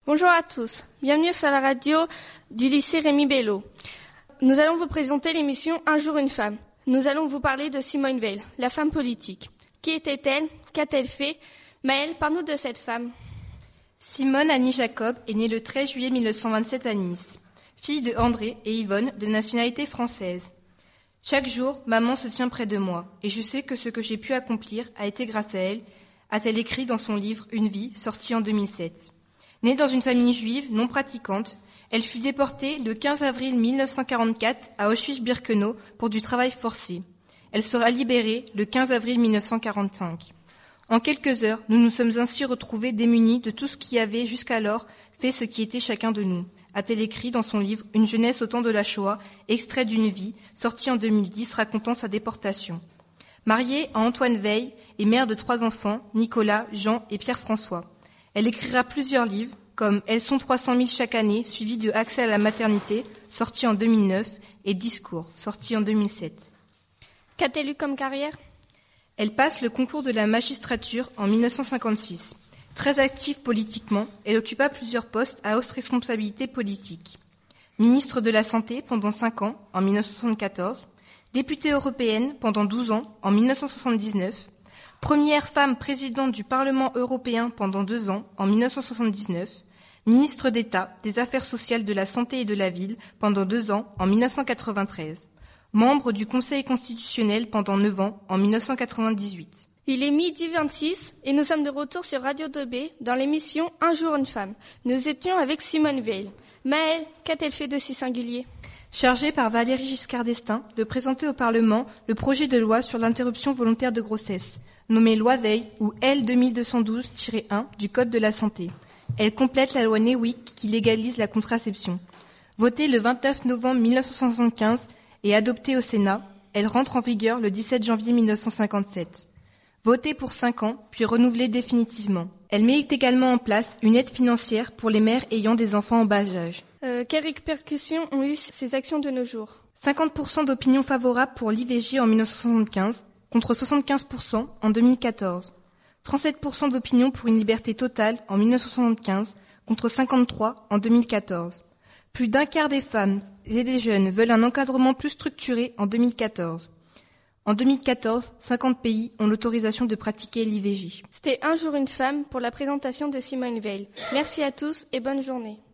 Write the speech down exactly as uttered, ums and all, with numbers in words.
Bonjour à tous, bienvenue sur la radio du lycée Rémi Bello. Nous allons vous présenter l'émission Un jour une femme. Nous allons vous parler de Simone Veil, la femme politique. Qui était-elle? Qu'a-t-elle fait? Maëlle, parle-nous de cette femme. Simone Annie Jacob est née le treize juillet mille neuf cent vingt-sept à Nice, fille de André et Yvonne de nationalité française. Chaque jour, maman se tient près de moi et je sais que ce que j'ai pu accomplir a été grâce à elle, a-t-elle écrit dans son livre Une vie, sorti en deux mille sept. Née dans une famille juive non pratiquante, elle fut déportée le quinze avril mille neuf cent quarante-quatre à Auschwitz-Birkenau pour du travail forcé. Elle sera libérée le quinze avril mille neuf cent quarante-cinq. En quelques heures, nous nous sommes ainsi retrouvés démunis de tout ce qui avait jusqu'alors fait ce qui était chacun de nous, a-t-elle écrit dans son livre Une jeunesse au temps de la Shoah, extrait d'une vie, sorti en deux mille dix, racontant sa déportation. Mariée à Antoine Veil et mère de trois enfants, Nicolas, Jean et Pierre-François. Elle écrira plusieurs livres, comme Elles sont trois cent mille chaque année, suivi de Accès à la maternité, sorti en deux mille neuf, et Discours, sorti en deux mille sept. Qu'a-t-elle eu comme carrière? Elle passe le concours de la magistrature en mille neuf cent cinquante-six. Très active politiquement, elle occupa plusieurs postes à haute responsabilité politique. Ministre de la Santé pendant cinq ans, en mille neuf cent soixante-quatorze, députée européenne pendant douze ans, en mille neuf cent soixante-dix-neuf, première femme présidente du Parlement européen pendant deux ans, en mille neuf cent soixante-dix-neuf, ministre d'État des Affaires sociales de la Santé et de la Ville pendant deux ans, en mille neuf cent quatre-vingt-treize, membre du Conseil constitutionnel pendant neuf ans, en mille neuf cent quatre-vingt-dix-huit. Il est midi vingt-six et nous sommes de retour sur Radio deux B dans l'émission Un jour une femme. Nous étions avec Simone Veil. Maëlle, qu'a-t-elle fait de si singulier? Chargée par Valéry Giscard d'Estaing de présenter au Parlement le projet de loi sur l'interruption volontaire de grossesse, nommée loi Veil ou L deux mille deux cent douze tiret un du Code de la santé. Elle complète la loi Newick qui légalise la contraception. Votée le vingt-neuf novembre mille neuf cent soixante-quinze et adoptée au Sénat, elle rentre en vigueur le dix-sept janvier mille neuf cent cinquante-sept. Votée pour cinq ans, puis renouvelée définitivement. Elle met également en place une aide financière pour les mères ayant des enfants en bas âge. Euh, quelles répercussions ont eu ces actions de nos jours? cinquante pour cent d'opinion favorable pour l'I V G en mille neuf cent soixante-quinze, contre soixante-quinze pour cent en deux mille quatorze. trente-sept pour cent d'opinion pour une liberté totale en mille neuf cent soixante-quinze, contre cinquante-trois pour cent en deux mille quatorze. Plus d'un quart des femmes et des jeunes veulent un encadrement plus structuré en deux mille quatorze. En deux mille quatorze, cinquante pays ont l'autorisation de pratiquer l'I V G. C'était Un jour une femme pour la présentation de Simone Veil. Merci à tous et bonne journée.